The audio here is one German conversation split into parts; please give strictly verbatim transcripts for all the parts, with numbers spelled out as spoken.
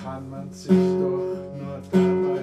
kann man sich doch nur dabei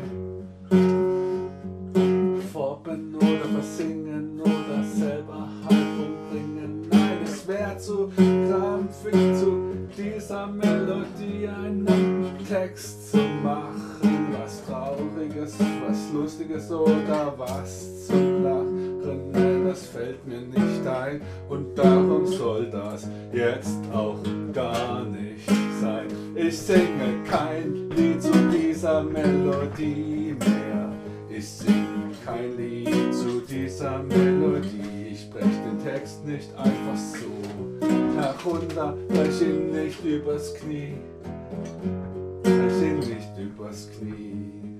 formen oder versingen oder selber halb umbringen. Nein, es wäre zu krampfig, zu dieser Melodie einen Text zu machen. Was Trauriges, was Lustiges oder was zum Lachen. Nein, das fällt mir nicht ein und darum soll das jetzt auch gar nicht sein. Ich singe kein Lied zu dieser Melodie mehr. Ich singe kein Lied zu dieser Melodie. Ich brech den Text nicht einfach so herunter, brech ihn nicht übers Knie. Brech ihn nicht übers Knie.